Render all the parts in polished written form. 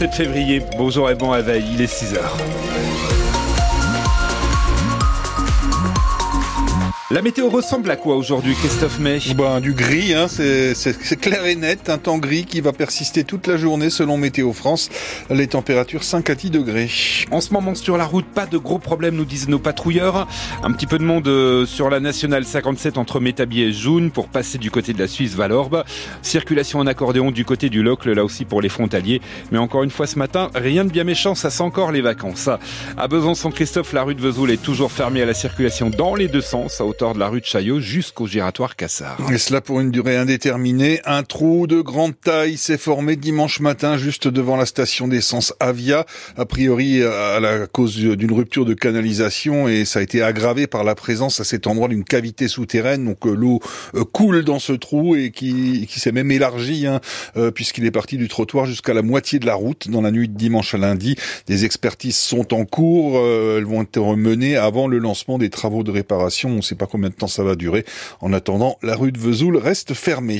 7 février. Bonjour et bon réveil, il est 6h. La météo ressemble à quoi aujourd'hui, Christophe May ? Du gris, c'est clair et net, un temps gris qui va persister toute la journée selon Météo France. Les températures 5 à 10 degrés. En ce moment sur la route, pas de gros problèmes, nous disent nos patrouilleurs. Un petit peu de monde sur la nationale 57 entre Métabier et Joune pour passer du côté de la Suisse Valorbe. Circulation en accordéon du côté du Locle, là aussi pour les frontaliers. Mais encore une fois ce matin, rien de bien méchant, ça sent encore les vacances. À Besançon, Christophe, la rue de Vesoul est toujours fermée à la circulation dans les deux sens, à hauteur de la rue de Chaillot jusqu'au giratoire Cassard. Et cela pour une durée indéterminée. Un trou de grande taille s'est formé dimanche matin juste devant la station d'essence Avia, a priori à la cause d'une rupture de canalisation, et ça a été aggravé par la présence à cet endroit d'une cavité souterraine. Donc l'eau coule dans ce trou et qui s'est même élargi puisqu'il est parti du trottoir jusqu'à la moitié de la route dans la nuit de dimanche à lundi. Des expertises sont en cours, elles vont être menées avant le lancement des travaux de réparation. On ne sait pas combien de temps ça va durer. En attendant, la rue de Vesoul reste fermée.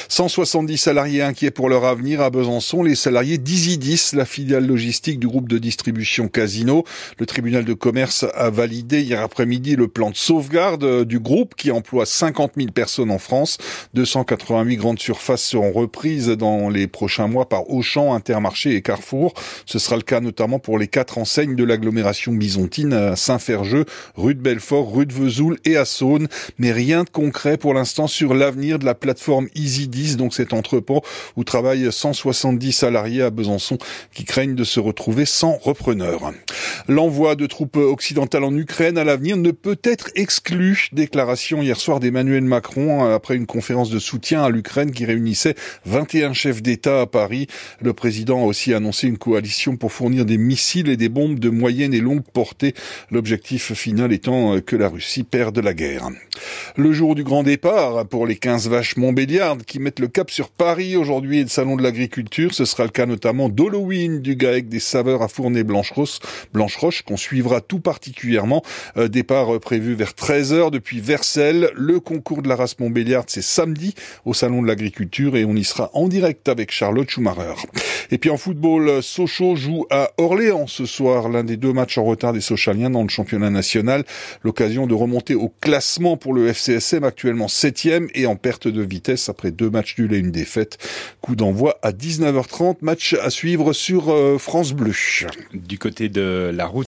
170 salariés inquiets pour leur avenir à Besançon. Les salariés d'Isidis, la filiale logistique du groupe de distribution Casino. Le tribunal de commerce a validé hier après-midi le plan de sauvegarde du groupe qui emploie 50 000 personnes en France. 288 grandes surfaces seront reprises dans les prochains mois par Auchan, Intermarché et Carrefour. Ce sera le cas notamment pour les 4 enseignes de l'agglomération bisontine à Saint-Ferjeux, rue de Belfort, rue de Vesoul et à Saône. Mais rien de concret pour l'instant sur l'avenir de la plateforme Isidis, donc cet entrepôt où travaillent 170 salariés à Besançon qui craignent de se retrouver sans repreneur. L'envoi de troupes occidentales en Ukraine à l'avenir ne peut être exclu. Déclaration hier soir d'Emmanuel Macron après une conférence de soutien à l'Ukraine qui réunissait 21 chefs d'État à Paris. Le président a aussi annoncé une coalition pour fournir des missiles et des bombes de moyenne et longue portée. L'objectif final étant que la Russie perde la guerre. Le jour du grand départ pour les 15 vaches Montbéliardes qui mettent le cap sur Paris aujourd'hui et le salon de l'agriculture. Ce sera le cas notamment d'Halloween du GAEC des saveurs à Fournay-Blancheroche qu'on suivra tout particulièrement. Départ prévu vers 13h depuis Vercelles. Le concours de la race Montbéliarde, c'est samedi au salon de l'agriculture et on y sera en direct avec Charlotte Schumacher. Et puis en football, Sochaux joue à Orléans ce soir, l'un des 2 matchs en retard des Sochaliens dans le championnat national. L'occasion de remonter au classement pour le FCSM, actuellement 7e et en perte de vitesse après 2 matchs nuls et une défaite. Coup d'envoi à 19h30, match à suivre sur France Bleu. Du côté de la route